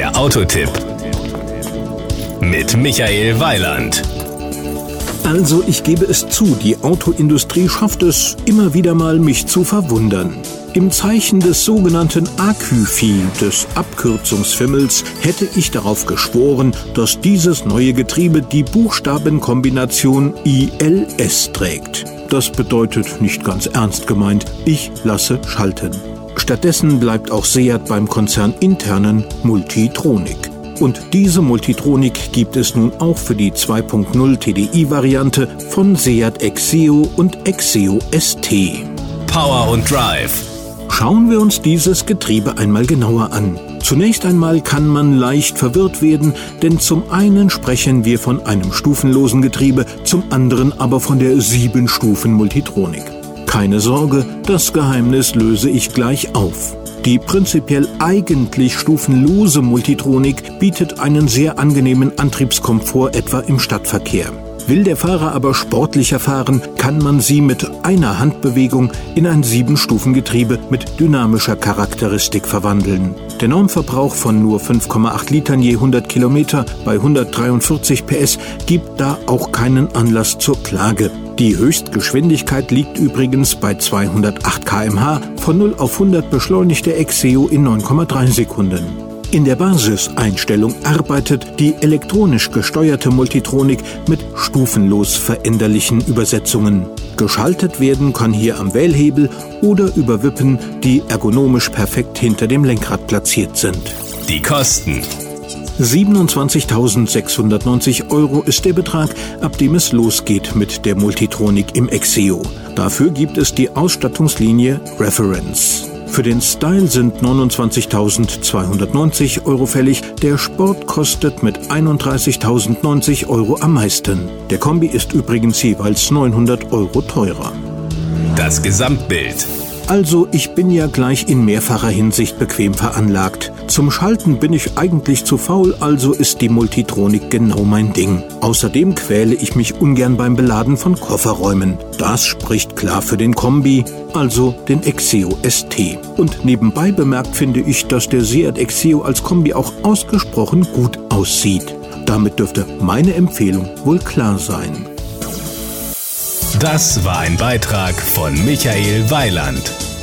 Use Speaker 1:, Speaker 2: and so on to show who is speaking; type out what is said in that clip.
Speaker 1: Der Autotipp mit Michael Weiland.
Speaker 2: Also ich gebe es zu, die Autoindustrie schafft es immer wieder mal, mich zu verwundern. Im Zeichen des sogenannten AQFI, des Abkürzungsfimmels, hätte ich darauf geschworen, dass dieses neue Getriebe die Buchstabenkombination ILS trägt. Das bedeutet nicht ganz ernst gemeint, ich lasse schalten. Stattdessen bleibt auch Seat beim konzerninternen Multitronic. Und diese Multitronic gibt es nun auch für die 2.0 TDI-Variante von Seat Exeo und Exeo ST.
Speaker 1: Power und Drive.
Speaker 2: Schauen wir uns dieses Getriebe einmal genauer an. Zunächst einmal kann man leicht verwirrt werden, denn zum einen sprechen wir von einem stufenlosen Getriebe, zum anderen aber von der 7-Stufen-Multitronic. Keine Sorge, das Geheimnis löse ich gleich auf. Die prinzipiell eigentlich stufenlose Multitronic bietet einen sehr angenehmen Antriebskomfort etwa im Stadtverkehr. Will der Fahrer aber sportlicher fahren, kann man sie mit einer Handbewegung in ein 7-Stufen-Getriebe mit dynamischer Charakteristik verwandeln. Der Normverbrauch von nur 5,8 Litern je 100 Kilometer bei 143 PS gibt da auch keinen Anlass zur Klage. Die Höchstgeschwindigkeit liegt übrigens bei 208 km/h. Von 0 auf 100 beschleunigt der Exeo in 9,3 Sekunden. In der Basiseinstellung arbeitet die elektronisch gesteuerte Multitronic mit stufenlos veränderlichen Übersetzungen. Geschaltet werden kann hier am Wählhebel oder über Wippen, die ergonomisch perfekt hinter dem Lenkrad platziert sind.
Speaker 1: Die Kosten.
Speaker 2: 27.690 € ist der Betrag, ab dem es losgeht mit der Multitronic im Exeo. Dafür gibt es die Ausstattungslinie Reference. Für den Style sind 29.290 € fällig, der Sport kostet mit 31.090 € am meisten. Der Kombi ist übrigens jeweils 900 € teurer.
Speaker 1: Das Gesamtbild.
Speaker 2: Also, ich bin ja gleich in mehrfacher Hinsicht bequem veranlagt. Zum Schalten bin ich eigentlich zu faul, also ist die Multitronic genau mein Ding. Außerdem quäle ich mich ungern beim Beladen von Kofferräumen. Das spricht klar für den Kombi, also den Exeo ST. Und nebenbei bemerkt finde ich, dass der Seat Exeo als Kombi auch ausgesprochen gut aussieht. Damit dürfte meine Empfehlung wohl klar sein.
Speaker 1: Das war ein Beitrag von Michael Weiland.